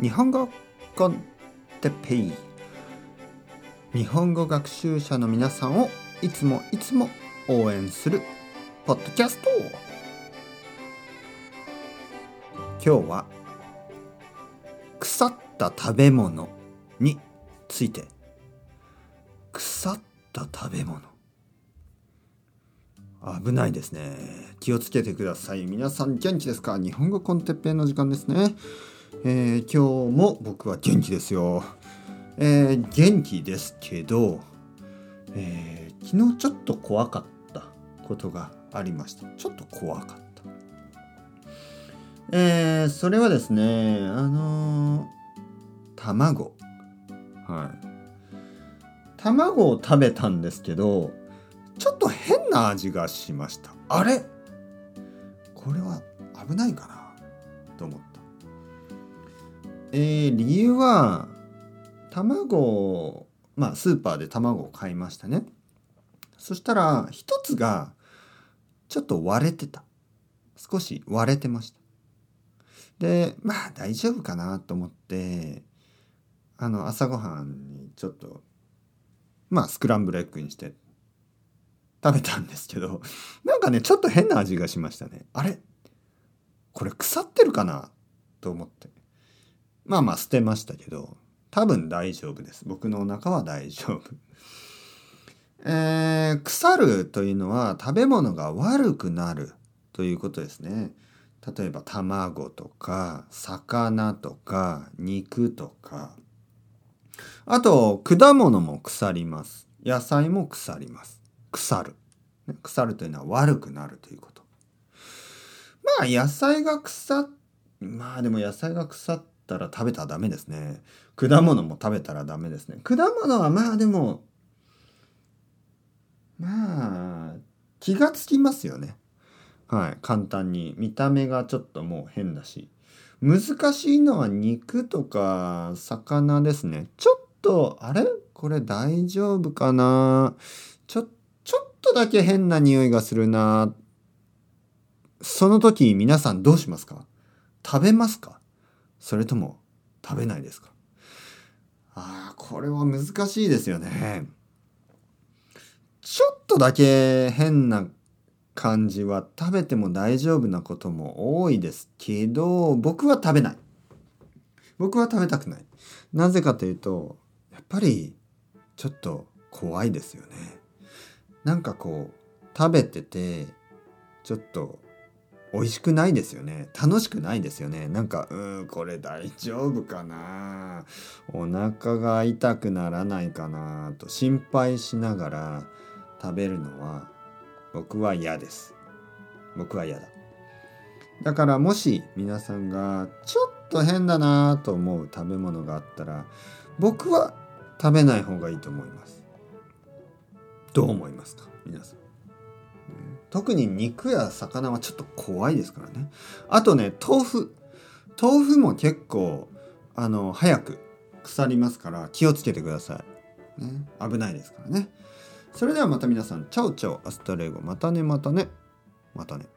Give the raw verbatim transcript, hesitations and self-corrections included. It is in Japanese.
日本語コンテッペイ。日本語学習者の皆さんをいつもいつも応援するポッドキャスト。今日は腐った食べ物について。腐った食べ物、危ないですね。気をつけてください。皆さん元気ですか？日本語コンテッペイの時間ですね。えー、今日も僕は元気ですよ。えー、元気ですけど、えー、昨日ちょっと怖かったことがありました。ちょっと怖かった。えー、それはですね、あのー、卵。はい。卵を食べたんですけど、ちょっと変な味がしました。あれ？これは危ないかなと思った。えー、理由は、卵を、まあスーパーで卵を買いましたね。そしたら一つがちょっと割れてた。少し割れてました。で、まあ大丈夫かなと思って、あの朝ごはんにちょっと、まあスクランブルエッグにして食べたんですけど、なんかね、ちょっと変な味がしましたね。あれ？これ腐ってるかなと思って。まあまあ捨てましたけど、多分大丈夫です。僕のお腹は大丈夫。えー、腐るというのは食べ物が悪くなるということですね。例えば卵とか魚とか肉とか、あと果物も腐ります。野菜も腐ります。腐る。腐るというのは悪くなるということ。まあ野菜が腐っ、まあでも野菜が腐ったら食べたらダメですね。果物も食べたらダメですね。果物はまあでも、まあ気がつきますよね。はい、簡単に。見た目がちょっともう変だし。難しいのは肉とか魚ですね。ちょっと、あれ？これ大丈夫かな？ちょ、ちょっとだけ変な匂いがするな。その時皆さんどうしますか？食べますか？それとも食べないですか？ああ、これは難しいですよね。ちょっとだけ変な感じは食べても大丈夫なことも多いですけど、僕は食べない。僕は食べたくない。なぜかというと、やっぱりちょっと怖いですよね。なんかこう食べててちょっと美味しくないですよね。楽しくないですよね。なんか、うーん、これ大丈夫かな。お腹が痛くならないかなと心配しながら食べるのは僕は嫌です。僕は嫌だ。だからもし皆さんがちょっと変だなと思う食べ物があったら、僕は食べない方がいいと思います。どう思いますか、皆さん。特に肉や魚はちょっと怖いですからね。あとね、豆腐。豆腐も結構、あの、早く腐りますから気をつけてください。ね、危ないですからね。それではまた皆さん、チャオチャオ、アスタレゴ、またねまたね、またね。